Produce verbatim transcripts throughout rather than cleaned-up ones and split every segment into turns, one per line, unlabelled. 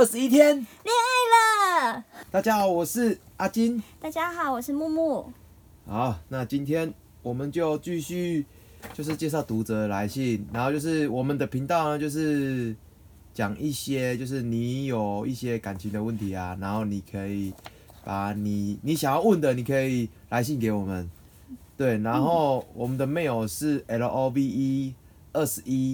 二十一天，
恋爱了。
大家好，我是阿金。
大家好，我是木木。
好，那今天我们就继续，就是介绍读者的来信，然后就是我们的频道呢，就是讲一些，就是你有一些感情的问题啊，然后你可以把你你想要问的，你可以来信给我们。对，然后我们的 mail 是 l o v e 二十一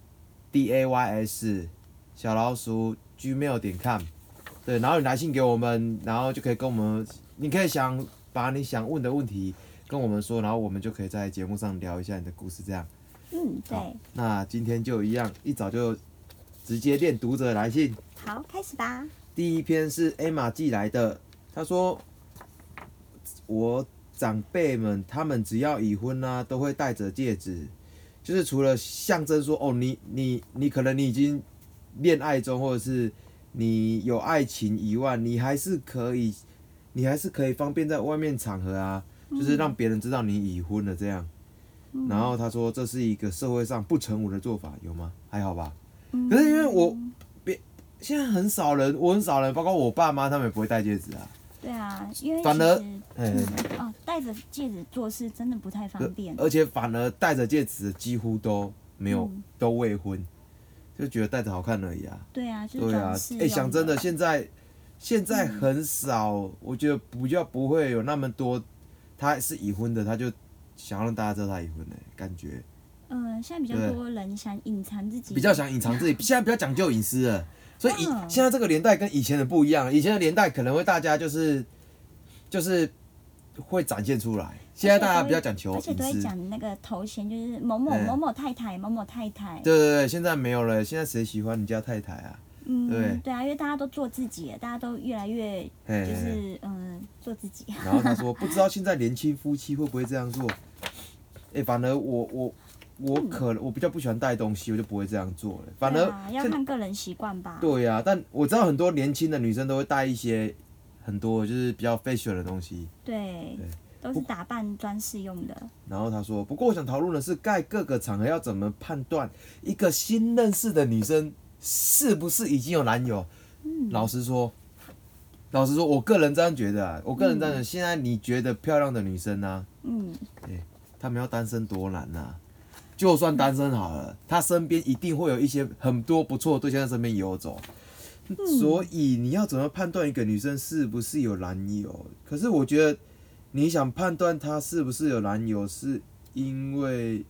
d a y s 小老鼠 gmail 点 com。对，然后你来信给我们，然后就可以跟我们，你可以想把你想问的问题跟我们说，然后我们就可以在节目上聊一下你的故事，这样。
嗯，对。
那今天就一样，一早就直接念读者来信。
好，开始吧。
第一篇是 Emma 寄来的，她说我长辈们他们只要已婚啊，都会戴着戒指，就是除了象征说哦，你你你可能你已经恋爱中，或者是你有爱情以外，你还是可以，你还是可以方便在外面场合啊，就是让别人知道你已婚了这样。嗯、然后他说这是一个社会上不成文的做法，有吗？还好吧。嗯、可是因为我别现在很少人，我很少人，包括我爸妈他们也不会戴戒指啊。
对啊，因为
反而，
嗯、哦，戴着戒指做事真的不太方便。
而且反而戴着戒指几乎都没有，嗯、都未婚。就觉得戴着好看而已啊。
对啊，就是装饰用的。
哎、欸，想真的，现在现在很少，嗯、我觉得比较不会有那么多，他是已婚的，他就想要让大家知道他已婚的感觉。
嗯，现在比较多人想隐藏自己，
比较想隐藏自己，现在比较讲究隐私了，所以以现在这个年代跟以前的不一样，以前的年代可能会大家就是就是会展现出来。现在大家比较讲求隐私，
而且都会讲那个头衔，就是某某某某太太、某某太太。
对对对，现在没有了，现在谁喜欢你家太太啊？
嗯，对对啊，因为大家都做自己，大家都越来越就是嗯做自己。
然后他说，不知道现在年轻夫妻会不会这样做？哎、欸，反而我我我可能我比较不喜欢带东西，我就不会这样做了。反而、
啊、要看个人习惯吧。
对呀、啊，但我知道很多年轻的女生都会带一些很多就是比较 fashion 的东西。
对。对，都是打扮装饰用的。
然后他说，不过我想讨论的是，在各个场合要怎么判断一个新认识的女生是不是已经有男友？嗯、老实说，老实说，我个人这样觉得啊，我个人这样觉得，嗯、现在你觉得漂亮的女生啊，嗯，欸、她们要单身多难啊！就算单身好了，她身边一定会有一些很多不错的对象在身边游走。嗯、所以你要怎么判断一个女生是不是有男友？可是我觉得。你想判断她是不是有男友，是因为，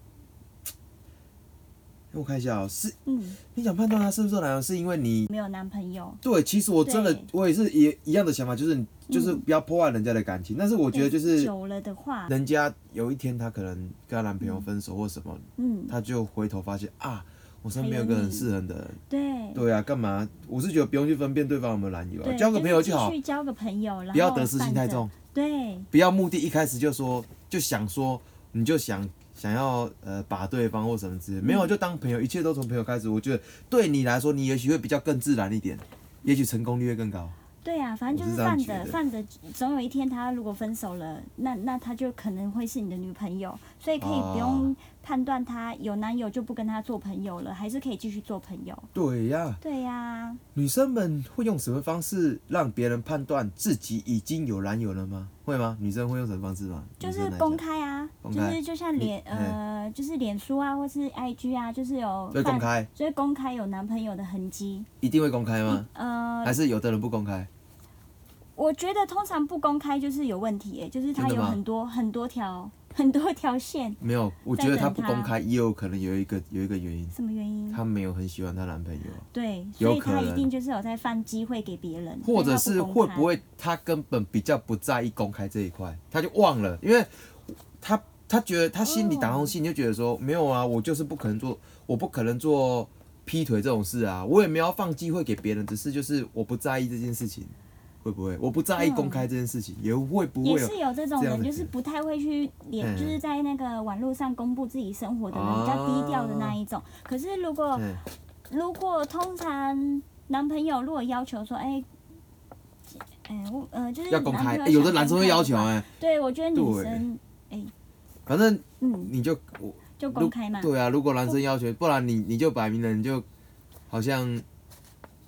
我看一下哦、喔，是，嗯，你想判断她是不是有男友，是因为你
没有男朋友。
对，其实我真的，我也是也一样的想法，就是就是不要破坏人家的感情。嗯、但是我觉得就是
久了的话，
人家有一天她可能跟她男朋友分手或什么，嗯，她就回头发现啊。我身边有个很适合的人，
对
对啊，干嘛？我是觉得不用去分辨对方有没有男友、啊，交个朋友就好，
去交个朋友，
不要得失心太重，
对，
不要目的一开始就说就想说，你就想想要呃把对方或什么之类，没有就当朋友，一切都从朋友开始。我觉得对你来说，你也许会比较更自然一点，也许成功率会更高。
对啊，反正就是泛着泛着，总有一天他如果分手了，那那他就可能会是你的女朋友，所以可以不用判断他有男友就不跟他做朋友了，还是可以继续做朋友。
对呀，
对呀。
女生们会用什么方式让别人判断自己已经有男友了吗？会吗？女生会用什么方式吗？
就是公开啊，就是就像脸呃，就是脸书啊，或是 I G 啊，就是有
会公开，
所以公开有男朋友的痕迹。
一定会公开吗？
呃，
还是有的人不公开？
我觉得通常不公开就是有问题，就是他有很多很多条很多条线。
没有，我觉得他不公开也有可能有一个有一个原因。
什么原因？
他没有很喜欢她男朋友。
对，所以他一定就是有在放机会给别人。
或者是会不会他根本比较不在意公开这一块，他就忘了，因为他他觉得他心里打从心里就觉得说，没有啊，我就是不可能做，我不可能做劈腿这种事啊，我也没有要放机会给别人，只是就是我不在意这件事情。会不会？我不在意公开这件事情，嗯、也会不会有？
也是有这种人，就是不太会去脸，就是在那个网络上公布自己生活的人，嗯、比较低调的那一种。可是如果、嗯、如果通常男朋友如果要求说，哎、欸，哎、欸，呃，就是
要公开、欸，有的男生会要求哎、欸。
对，我觉得女生，哎、欸，
反正嗯，你就我
就公开嘛。
对啊，如果男生要求，不然你你就摆明了，你就好像。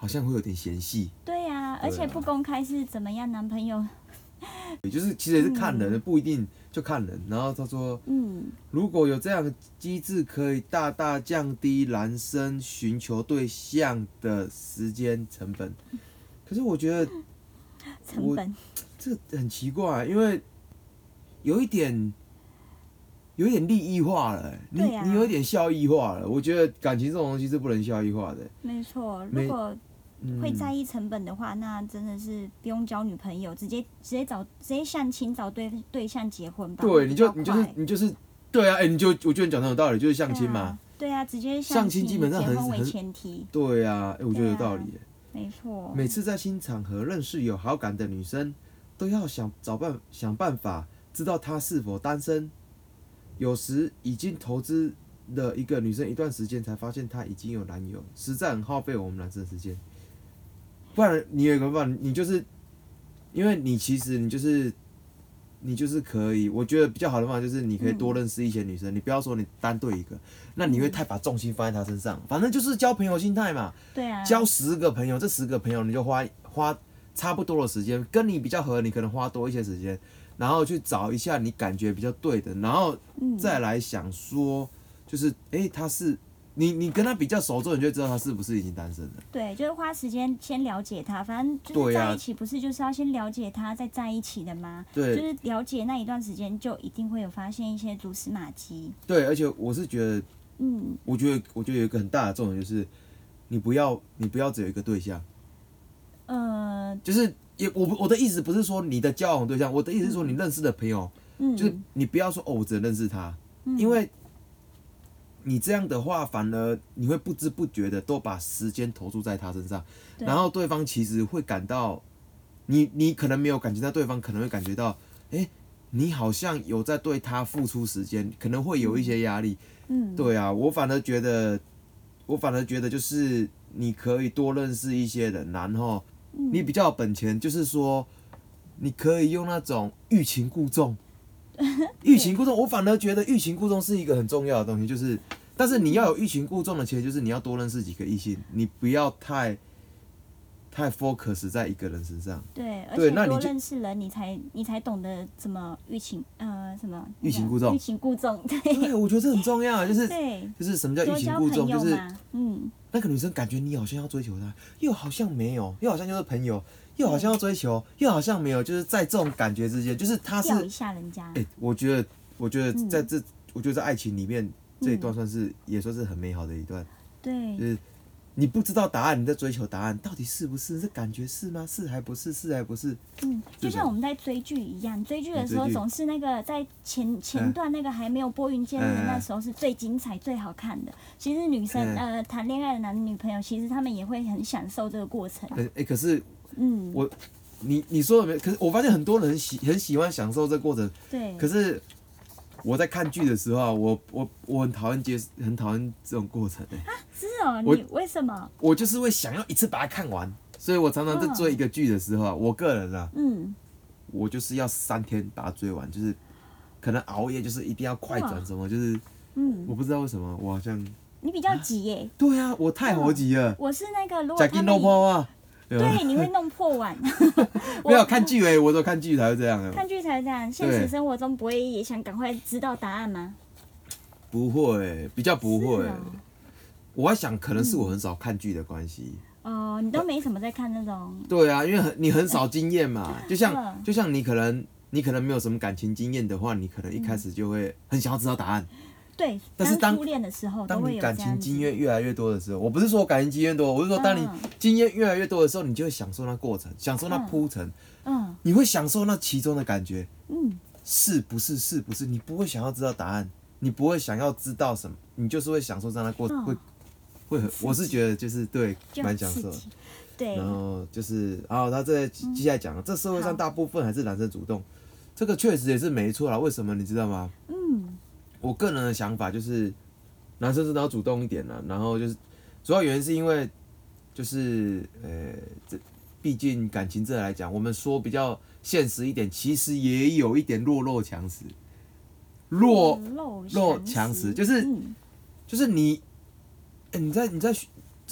好像会有点嫌隙。
对呀、啊，而且不公开是怎么样，男朋友。
也就是其实也是看人的，嗯、不一定就看人。然后他说，嗯，如果有这样的机制，可以大大降低男生寻求对象的时间成本。可是我觉得，
成本
这很奇怪，因为有一点，有一点利益化了、欸，你、啊、你有一点效益化了。我觉得感情这种东西是不能效益化的。
没错，如果会在意成本的话，嗯、那真的是不用交女朋友，直接直接找直接相亲找对对象结婚吧。
对，你就你就是你就是对啊，哎、欸，你就我觉得你讲的有道理，就是相亲嘛。
对啊，直接相亲
基本上
结婚为前提。
对啊，哎、欸，我觉得有道理、欸。
没错。
每次在新场合认识有好感的女生，都要想找办想办法知道她是否单身。有时已经投资了一个女生一段时间，才发现她已经有男友，实在很耗费我们男生的时间。不然你有一个办法，你就是因为你其实你就是你就是可以，我觉得比较好的方法就是你可以多认识一些女生，嗯、你不要说你单对一个，那你会太把重心放在她身上。反正就是交朋友心态嘛。
对啊。
交十个朋友，这十个朋友你就花花差不多的时间，跟你比较合，你可能花多一些时间，然后去找一下你感觉比较对的，然后再来想说，就是哎、欸，他是。你你跟他比较熟之后，你就知道他是不是已经单身了。
对，就是花时间先了解他，反正就是在一起，不是就是要先了解他再在一起的吗？
对，
就是了解那一段时间，就一定会有发现一些蛛丝马迹。
对，而且我是觉得，嗯，我觉得我觉得有一个很大的重点就是，你不要你不要只有一个对象。呃，就是也我我的意思不是说你的交往对象，我的意思是说你认识的朋友，嗯，就是你不要说哦，我只认识他，嗯、因为。你这样的话，反而你会不知不觉的都把时间投注在他身上，然后对方其实会感到，你你可能没有感觉到，对方可能会感觉到，哎、欸，你好像有在对他付出时间，可能会有一些压力。嗯，对啊，我反而觉得，我反而觉得就是你可以多认识一些人，然后你比较有本钱，就是说你可以用那种欲擒故纵。欲擒故纵，我反而觉得欲擒故纵是一个很重要的东西，就是，但是你要有欲擒故纵的前提，就是你要多认识几个异性，你不要太太 focus 在一个人身上。
对，而且多认识人，你才你才懂得怎么欲擒呃什么
欲擒故纵，
欲擒故纵。对，
对，我觉得这很重要，就是
对，
就是什么叫欲擒故纵，就是
嗯，
那个女生感觉你好像要追求她，又好像没有，又好像就是朋友。又好像要追求，又好像没有，就是在这种感觉之间，就是他是
吊一下人家。
哎、欸，我觉得，我觉得在这，嗯、我觉得在爱情里面这一段算是、嗯、也算是很美好的一段。
对，
就是你不知道答案，你在追求答案，到底是不是？这感觉是吗？是还不是？是还不是？
嗯，就像我们在追剧一样，追剧的时候总是那个在前前段那个还没有拨云见日的那时候是最精彩、最好看的。其实女生呃谈恋爱的男女朋友，其实他们也会很享受这个过程。
哎、欸，可是。嗯，我，你你说的没？可是我发现很多人很喜很喜欢享受这个过程。
对。
可是我在看剧的时候啊，我我我很讨厌接，很讨厌这种过程、欸。
啊，是哦，你为什么？
我就是会想要一次把它看完，所以我常常在追一个剧的时候啊，我个人啊，嗯，我就是要三天把它追完，就是可能熬夜，就是一定要快转什么，就是，嗯，我不知道为什么，我好像。
你比较急耶、欸。
对啊，我太猴急了。
嗯、我是那个如果他们。
对，
你会弄破碗。
没有看剧哎，我都看剧才会这样。
看剧才会这样，现实生活中不会也想赶快知道答案吗？
不会，比较不会。哦、我在想，可能是我很少看剧的关系。
哦、嗯，你都没什么在看那种。
对啊，因为很你很少经验嘛，就像、嗯、就像你可能你可能没有什么感情经验的话，你可能一开始就会很想要知道答案。
对，
但是当
初恋的时候，
当你感情经验越来越多的时候，我不是说感情经验多，我是说当你经验越来越多的时候，你就会享受那过程，享受那铺陈，嗯，你会享受那其中的感觉，嗯，是不是是不是？你不会想要知道答案，你不会想要知道什么，你就是会享受这样的过程，会会很，我是觉得就是对，蛮享受的，
对，
然后就是然后他这接下来讲，这社会上大部分还是男生主动，这个确实也是没错啦，为什么你知道吗？嗯。我个人的想法就是，男生真的要主动一点啦。然后就是，主要原因是因为，就是呃，这毕竟感情这来讲，我们说比较现实一点，其实也有一点弱肉强食。弱肉强食就是、嗯、就是你，欸、你在你在这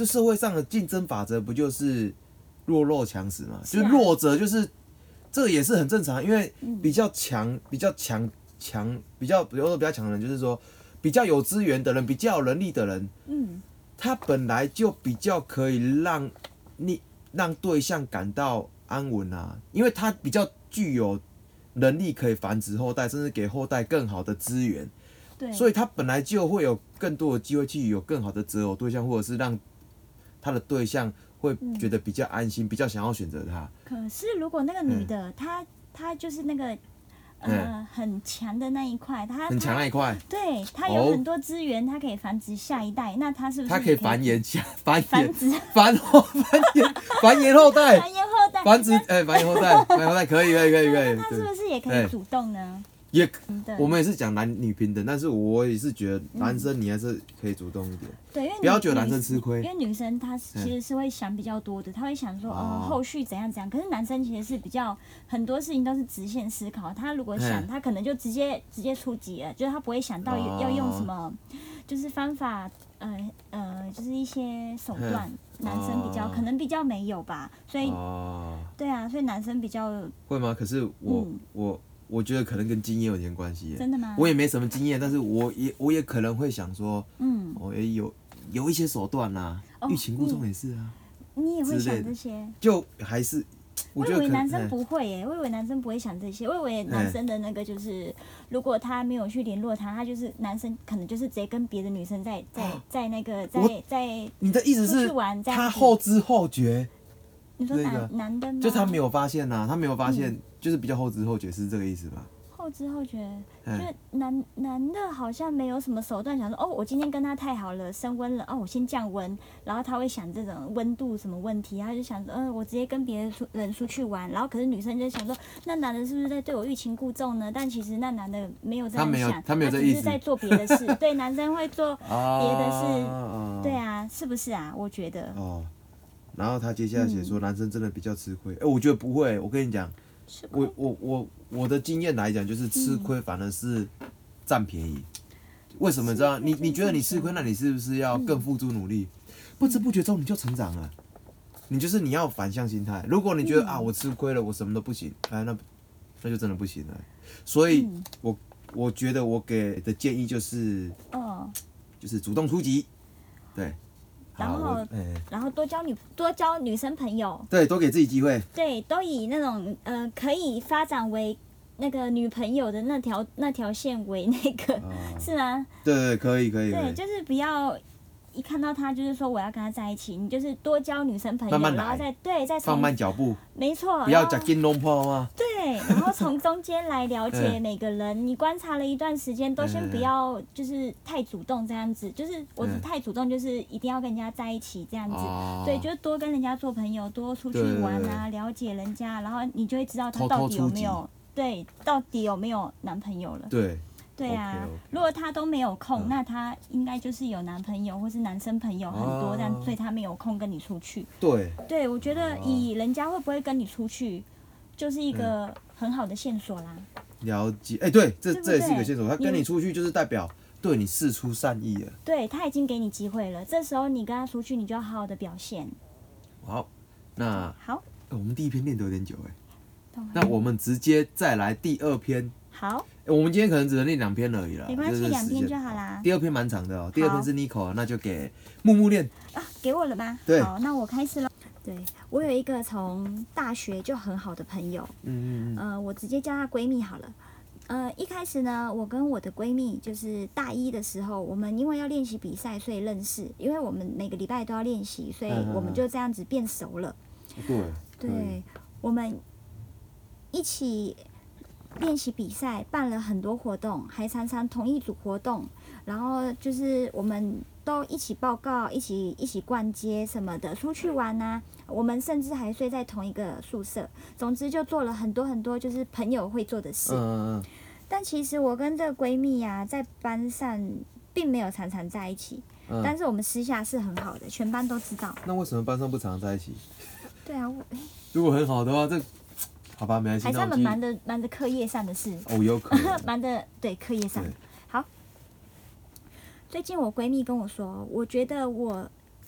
这社会上的竞争法则不就是弱肉强食嘛？
是啊、
就是弱者就是这个也是很正常，因为比较强、比较强强、比较比如说比较强的人，就是说比较有资源的人、比较有能力的人，
嗯，
他本来就比较可以让你让对象感到安稳啊，因为他比较具有能力可以繁殖后代，甚至给后代更好的资源。
对，
所以他本来就会有更多的机会去有更好的择偶对象，或者是让他的对象会觉得比较安心，嗯、比较想要选择他。
可是如果那个女的，嗯、她她就是那个呃、嗯、很强的那一块，她
很强那一块，
对，她有很多资源，她可以繁殖下一代，那她是不是
她可以繁衍下繁
繁殖
繁后繁衍繁衍后代？
繁衍后代，
繁殖哎繁衍后代，繁衍后代可以可以可以可以。
那她是不是也可以主动呢？
也，我们也是讲男女平等，但是我也是觉得男生你还是可以主动一点，
对，因为
不要觉得男生吃亏，
因为女生她其实是会想比较多的，她会想说哦后续怎样怎样，可是男生其实是比较很多事情都是直线思考，他如果想他可能就直接直接出击了，就是他不会想到要用什么，就是方法，呃呃，就是一些手段，男生比较可能比较没有吧，所以对啊，所以男生比较
会吗？可是我我。我觉得可能跟经验有点关系。
真的吗？
我也没什么经验，但是我也我也可能会想说，
嗯，
我也有有一些手段呐、啊，欲擒故纵也是啊。
你也会想这些？
就还是，
我以为男生不会耶，我以为男生不会想这些，我以为男生的那个就是，如果他没有去联络他，他就是男生可能就是直接跟别的女生在在在那个在在。
你的意思是，他后知后觉？
你说男男的吗？
就他没有发现呐、啊，他没有发现。嗯就是比较后知后觉，是这个意思吧？
后知后觉，就是男男的好像没有什么手段，想说哦，我今天跟他太好了，升温了，哦，我先降温，然后他会想这种温度什么问题，他就想说，嗯、呃，我直接跟别的人出去玩，然后可是女生就想说，那男的是不是在对我欲擒故纵呢？但其实那男的没有这样想，
他没有，他只
是在做别的事，对，男生会做别的事，啊、对啊，是不是啊？我觉得。
哦，然后他接下来写说，男生真的比较吃亏，哎、嗯，我觉得不会，我跟你讲。我我我我的经验来讲，就是吃亏反而是占便宜。嗯、为什么这样？你你觉得你吃亏，那你是不是要更付出努力？嗯、不知不觉中你就成长了。你就是你要反向心态。如果你觉得、嗯、啊我吃亏了，我什么都不行，哎那那就真的不行了。所以我我觉得我给的建议就是，哦，就是主动出击，对。
然后，欸、然后多交女多交女生朋友，
对，多给自己机会，
对，都以那种呃可以发展为那个女朋友的那条那条线为那个，哦、是吗？
对对，可以可以。
对，就是不要一看到他就是说我要跟他在一起，你就是多交女生朋友，
慢慢
然后再对再
放慢脚步，
没错，
不要假金龙泡吗？
对，然后从中间来了解每个人，你观察了一段时间，都先不要就是太主动这样子，就是我太主动就是一定要跟人家在一起这样子，嗯、对，就多跟人家做朋友，多出去玩啊，了解人家，然后你就会知道他到底有没有对，到底有没有男朋友了。
对。
对啊， okay, okay. 如果他都没有空，嗯、那他应该就是有男朋友或是男生朋友很多，这样、啊，所以他没有空跟你出去。
对，
对，我觉得以人家会不会跟你出去，就是一个很好的线索啦。
了解，哎、欸，对，这对对这也是一个线索，他跟你出去就是代表对你释出善意了。
对，他已经给你机会了，这时候你跟他出去，你就要好好的表现。
好，那
好，
我们第一篇练得有点久哎，那我们直接再来第二篇。
好。
我们今天可能只能练两篇而已啦，
没关系，两篇就好啦。
第二篇蛮长的哦、喔，第二篇是 Nico， 那就给木木练
啊，给我了吗？
对，
好，那我开始了。对，我有一个从大学就很好的朋友，嗯嗯呃，我直接叫她闺蜜好了。呃，一开始呢，我跟我的闺蜜就是大一的时候，我们因为要练习比赛，所以认识。因为我们每个礼拜都要练习，所以我们就这样子变熟了。
对，
对，我们一起练习比赛，办了很多活动，还常常同一组活动，然后就是我们都一起报告，一起一起逛街什么的，出去玩啊。我们甚至还睡在同一个宿舍。总之就做了很多很多就是朋友会做的事。嗯嗯。但其实我跟这个闺蜜啊，在班上并没有常常在一起，嗯、但是我们私下是很好的，全班都知道。
那为什么班上不常在一起？
对啊，我
如果很好的话，这。好吧，没关系。
还是他们忙着忙着课业上的事。
哦，有可能。
忙着对课业上。好。最近我闺蜜跟我说，我觉得我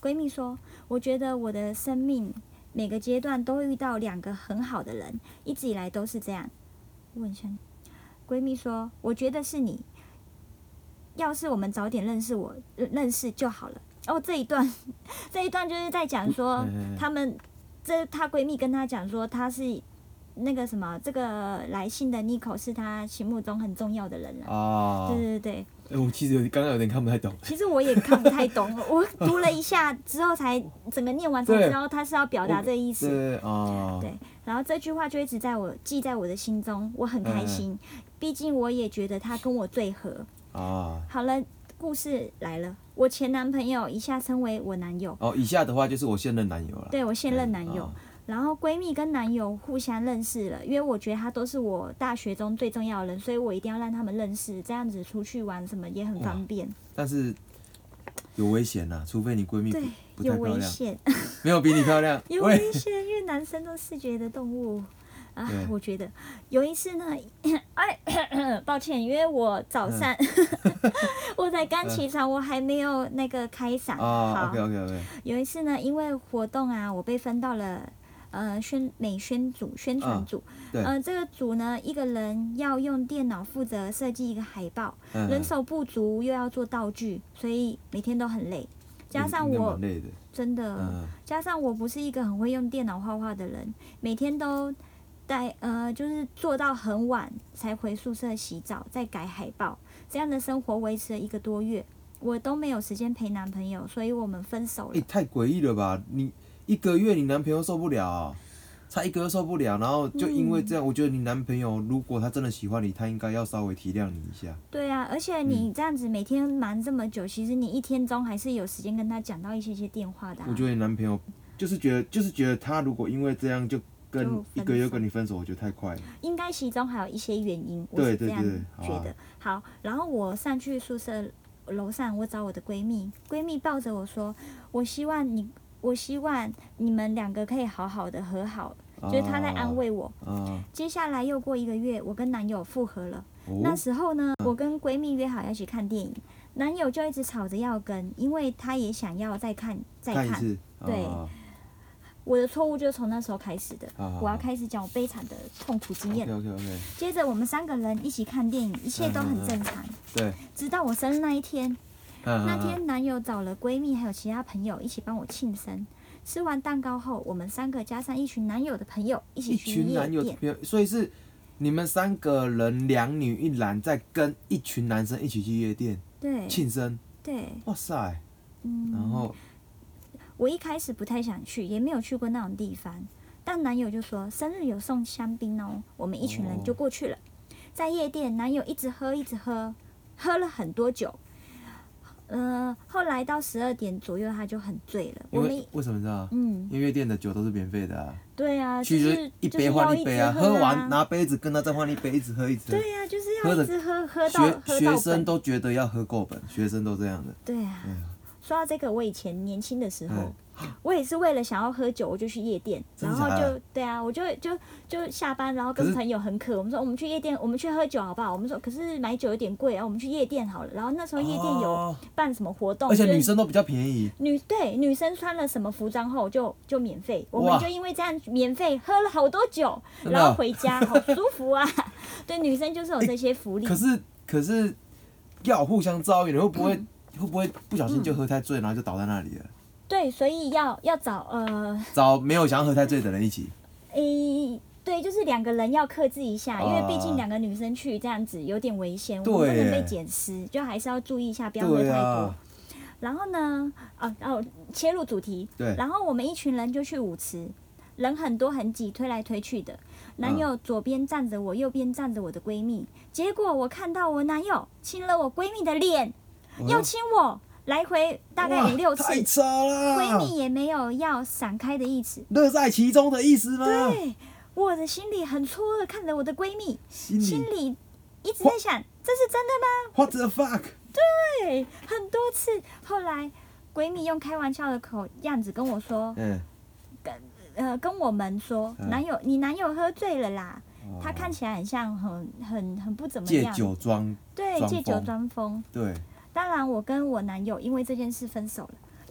闺蜜说，我觉得我的生命每个阶段都会遇到两个很好的人，一直以来都是这样。问一下，闺蜜说，我觉得是你，要是我们早点认识我认识就好了。哦，这一段这一段就是在讲说他们这她闺蜜跟她讲说，她是那个什么，这个来信的 Nico 是她心目中很重要的人了。
哦，
对对对。
欸、我其实有刚刚有点看不太懂。
其实我也看不太懂，我读了一下之后才整个念完才知道他是要表达这意思。
对哦。
对，然后这句话就一直在我记在我的心中，我很开心，毕竟我也觉得他跟我最合。
哦。
好了，故事来了，我前男朋友以下称为我男友。
哦，以下的话就是我现任男友了。
对，我现任男友。
哦，
然后闺蜜跟男友互相认识了，因为我觉得他都是我大学中最重要的人，所以我一定要让他们认识，这样子出去玩什么也很方便。
但是有危险呐、啊，除非你闺蜜不
对
不太漂亮。
有危险，
没有比你漂亮。
有危险，因为男生都视觉的动物。啊，我觉得有一次呢，哎，抱歉，因为我早上、嗯、我才刚起床，我还没有那个开嗓。
哦 ，OK OK OK。
有一次呢，因为活动啊，我被分到了呃宣美宣组、宣传组。嗯、呃，这个组呢，一个人要用电脑负责设计一个海报，嗯、人手不足，又要做道具，所以每天都很累。加上我
累的
真的、嗯，加上我不是一个很会用电脑画画的人，每天都。在呃，就是做到很晚才回宿舍洗澡，再改海报，这样的生活维持了一个多月，我都没有时间陪男朋友，所以我们分手了。
欸、太诡异了吧！你一个月你男朋友受不了、啊，才一个月受不了，然后就因为这样、嗯，我觉得你男朋友如果他真的喜欢你，他应该要稍微体谅你一下。
对啊，而且你这样子每天忙这么久，嗯、其实你一天中还是有时间跟他讲到一些些电话的、啊。
我觉得你男朋友就是觉得，就是觉得他如果因为这样就。跟一个月跟你分手，我觉得太快了。
应该其中还有一些原因，我
是
这样觉得。
对对对
好，啊、好，然后我上去宿舍楼上，我找我的闺蜜，闺蜜抱着我说：“我希望你，我希望你们两个可以好好的和好。”就是她在安慰我。
啊、
接下来又过一个月，我跟男友复合了。
哦、
那时候呢，我跟闺蜜约好要去看电影，男友就一直吵着要跟，因为他也想要再看再看。
看一次。
对。
啊
我的错误就是从那时候开始的，
啊、
我要开始讲我悲惨的痛苦经验。
OK OK OK。
接着我们三个人一起看电影，一切都很正常。
嗯、对。
直到我生日那一天，
嗯、
那天男友找了闺蜜还有其他朋友一起帮我庆生。吃完蛋糕后，我们三个加上一群男友的朋友一起去夜店。
一群男友的朋友，所以是你们三个人两女一男在跟一群男生一起去夜店。
对。
庆生。
对。
哇塞。
嗯。
然后。
我一开始不太想去，也没有去过那种地方，但男友就说生日有送香槟哦，我们一群人就过去了。哦、在夜店，男友一直喝，一直喝，喝了很多酒。呃，后来到十二点左右，他就很醉了。
因为为什么知道？
嗯，
因为夜店的酒都是免费的啊。
对啊，
去
就是
一杯换一杯啊，
喝
喝完拿杯子跟他再换一杯，一直喝一直喝。
对啊，就是要一直喝，喝到
学
喝到
学生都觉得要喝够本，学生都这样的。
对啊。嗯说到这个，我以前年轻的时候，
嗯、
我也是为了想要喝酒，我就去夜店，然后就对啊，我就就就下班，然后跟朋友很渴，我们说我们去夜店，我们去喝酒好不好？我们说可是买酒有点贵啊，我们去夜店好了。然后那时候夜店有办什么活动，
而且女生都比较便宜。
女对女生穿了什么服装后就就免费，我们就因为这样免费喝了好多酒，然后回家好舒服啊。对，女生就是有这些福利。
可是可是要互相照应，你会不会？嗯会不会不小心就喝太醉，嗯、然后就倒在那里了？
对，所以要要找呃
找没有想要喝太醉的人一起。
诶、欸，对，就是两个人要克制一下，啊、因为毕竟两个女生去这样子有点危险，我们不能被捡尸，就还是要注意一下，不要喝太多。啊、然后呢，哦哦，切入主题。
对。
然后我们一群人就去舞池，人很多很挤，推来推去的。男友左边站着我，右边站着我的闺蜜，结果我看到我男友亲了我闺蜜的脸。要亲我，来回大概五六次，
太扯了！
闺蜜也没有要闪开的意思，
乐在其中的意思吗？
对，我的心里很错愕，看着我的闺蜜，
心 里,
心里一直在想，这是真的吗
？What the fuck？
对，很多次。后来闺蜜用开玩笑的口样子跟我说，
嗯，
跟呃跟我们说，嗯、男友你男友喝醉了啦。
哦、
他看起来很像很很很不怎么样，
借酒装，
对，借酒装疯，
对。
当然，我跟我男友因为这件事分手了。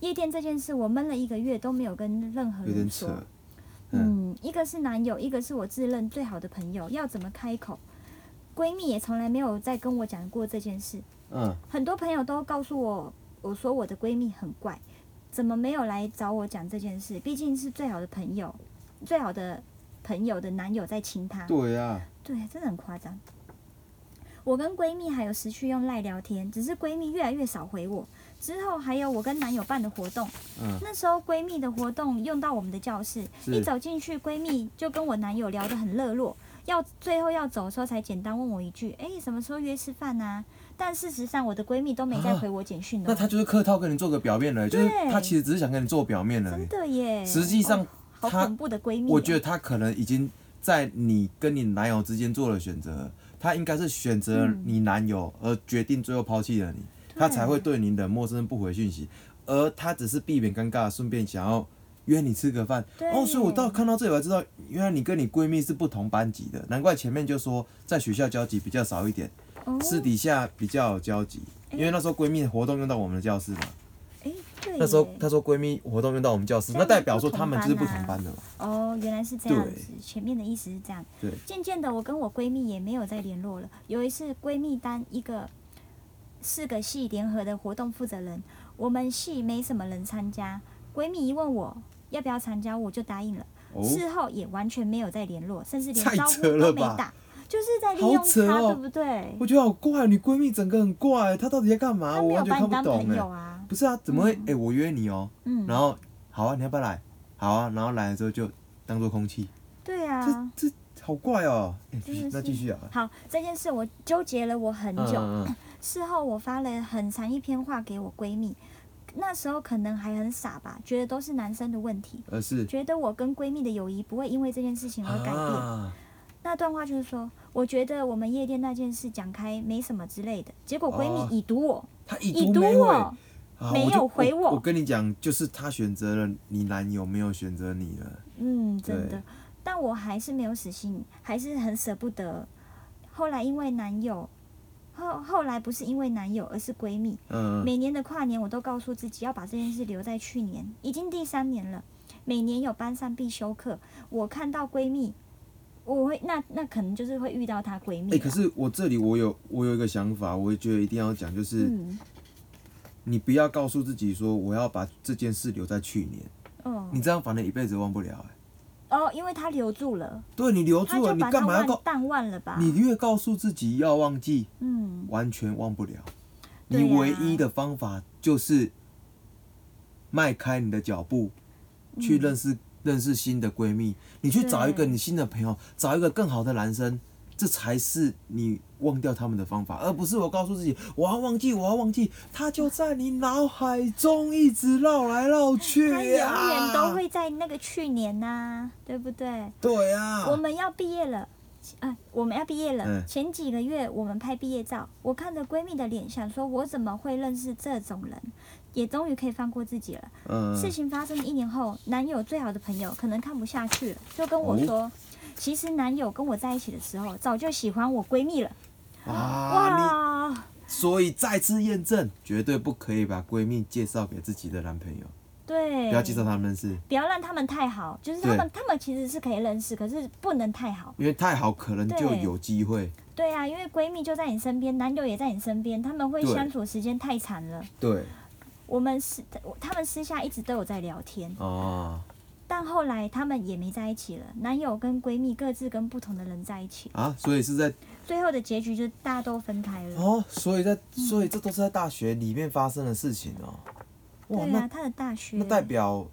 夜店这件事，我闷了一个月都没有跟任何人说。嗯, 嗯，一个是男友，一个是我自认最好的朋友，要怎么开口？闺蜜也从来没有再跟我讲过这件事。
嗯，
很多朋友都告诉我，我说我的闺蜜很怪，怎么没有来找我讲这件事？毕竟是最好的朋友，最好的朋友的男友在亲她。
对啊，
对，真的很夸张。我跟闺蜜还有时去用赖聊天，只是闺蜜越来越少回我。之后还有我跟男友办的活动，嗯、那时候闺蜜的活动用到我们的教室，一走进去，闺蜜就跟我男友聊得很热络，要最后要走的时候才简单问我一句：“哎，什么时候约吃饭啊？”但事实上，我的闺蜜都没再回我简讯了、哦啊。
那她就是客套跟你做个表面了，就是她其实只是想跟你做表面了。
真的耶！
实际上、哦，
好恐怖的闺蜜、哦。
我觉得她可能已经在你跟你男友之间做了选择，她应该是选择你男友而决定最后抛弃了你。嗯，他才会对你冷漠甚至不回讯息，而他只是避免尴尬，顺便想要约你吃个饭。哦，所以我到看到这里我才知道，原来你跟你闺蜜是不同班级的，难怪前面就说在学校交集比较少一点，哦、私底下比较有交集。因为那时候闺蜜活动用到我们的教室嘛。
欸、对。
那时候她说闺蜜活动用到我们教室，那代表说他们就是不同班的嘛。
哦，原来是这样子，前面的意思是这样。
对。
渐渐的，我跟我闺蜜也没有再联络了。有一次，闺蜜当一个。四个系联合的活动负责人，我们系没什么人参加。闺蜜一问我要不要参加，我就答应了。哦、事后也完全没有再联络，甚至连招呼都没打，就是在利用她，哦、对不对？
我觉得好怪，你闺蜜整个很怪，她到底在干嘛？我完全看不懂哎、
啊。
不是啊，怎么会？哎、嗯欸，我约你哦、喔，嗯，然后好啊，你要不要来？好啊，然后来了之后就当做空气。
对啊，
这这好怪哦、喔。欸、那继续啊。
好，这件事我纠结了我很久。嗯嗯事后我发了很长一篇话给我闺蜜，那时候可能还很傻吧，觉得都是男生的问题，
呃是，
觉得我跟闺蜜的友谊不会因为这件事情而改变。啊、那段话就是说，我觉得我们夜店那件事讲开没什么之类的，结果闺蜜已读我，哦、
她已读我，
没有回我。
我, 我跟你讲，就是她选择了你男友，没有选择你了。
嗯，真的，但我还是没有死心，还是很舍不得。后来因为男友。后后来不是因为男友，而是闺蜜。嗯，每年的跨年，我都告诉自己要把这件事留在去年，已经第三年了。每年有班上必修课，我看到闺蜜，我会那那可能就是会遇到她闺蜜。
哎、欸，可是我这里我有我有一个想法，我觉得一定要讲，就是、嗯、你不要告诉自己说我要把这件事留在去年。哦，你这样反正一辈子忘不了哎、欸。
哦，因为他留住了。
对，你留住了，你干嘛要告？
淡忘了吧？
你越告诉自己要忘记，嗯，完全忘不了。你唯一的方法就是迈开你的脚步，嗯、去认识认识新的闺蜜。你去找一个你新的朋友，找一个更好的男生，这才是你忘掉他们的方法，而不是我告诉自己我要忘记，我要忘记，他就在你脑海中一直绕来绕去、啊。他
永远都会在那个去年呐、啊，对不对？
对啊。
我们要毕业了，啊，我们要毕业了。嗯、前几个月我们拍毕业照，我看着闺蜜的脸，想说我怎么会认识这种人？也终于可以放过自己了。嗯。事情发生一年后，男友最好的朋友可能看不下去了，就跟我说。哦，其实男友跟我在一起的时候，早就喜欢我闺蜜了。
啊！哇！所以再次验证，绝对不可以把闺蜜介绍给自己的男朋友。
对。
不要介绍他们认识。
不要让他们太好，就是他们，他们其实是可以认识，可是不能太好。
因为太好，可能就有机会。
对啊，因为闺蜜就在你身边，男友也在你身边，他们会相处时间太长了。
对。
我们私，他们私下一直都有在聊天。哦。但后来他们也没在一起了，男友跟闺蜜各自跟不同的人在一起
啊，所以是在
最后的结局就大家都分开了
哦，所以在所以这都是在大学里面发生的事情哦。
哇，对啊，他的大学
那代表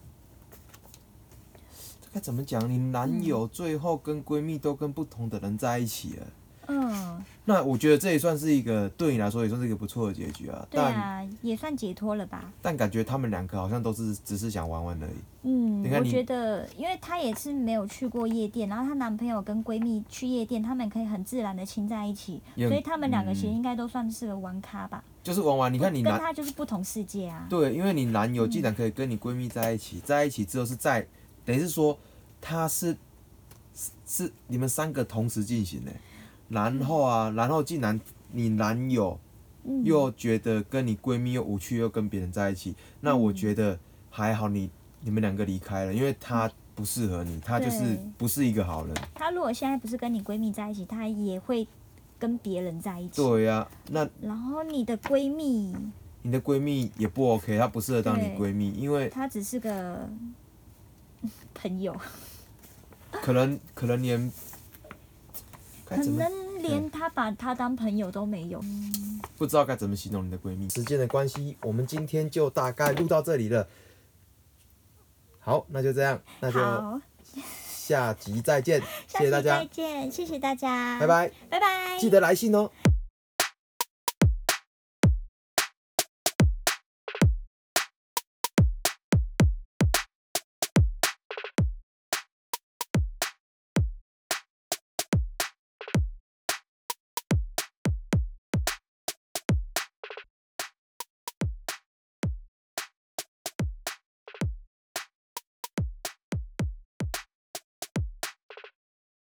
该怎么讲？你男友最后跟闺蜜都跟不同的人在一起了。嗯，那我觉得这也算是一个对你来说也算是一个不错的结局啊。
对啊，也算解脱了吧。
但感觉他们两个好像都是只是想玩玩而已。
嗯，我觉得，因为她也是没有去过夜店，然后她男朋友跟闺蜜去夜店，他们可以很自然的亲在一起，所以他们两个其实应该都算是个玩咖吧。
就是玩玩，你看你
跟他就是不同世界啊。
对，因为你男友既然可以跟你闺蜜在一起，嗯、在一起之后是在，等于是说他是是你们三个同时进行的。然后啊，然后竟然你男友
嗯
又觉得跟你闺蜜又无趣，又跟别人在一起，那我觉得还好你你们两个离开了，因为他不适合你，他就是
对
不是一个好人。
她如果现在不是跟你闺蜜在一起，她也会跟别人在一起。
对呀、那
然后你的闺蜜，
你的闺蜜也不 OK， 她不适合当你
对
闺蜜，因为
她只是个朋友，
可能可能连该
可
怎么
能连她把她当朋友都没有。
不知道该怎么形容你的闺蜜。时间的关系，我们今天就大概录到这里了。好，那就这样，那就
好，
下集再见，谢谢大家
下期再，见，谢谢大家，
拜拜，
拜拜，
记得来信哦。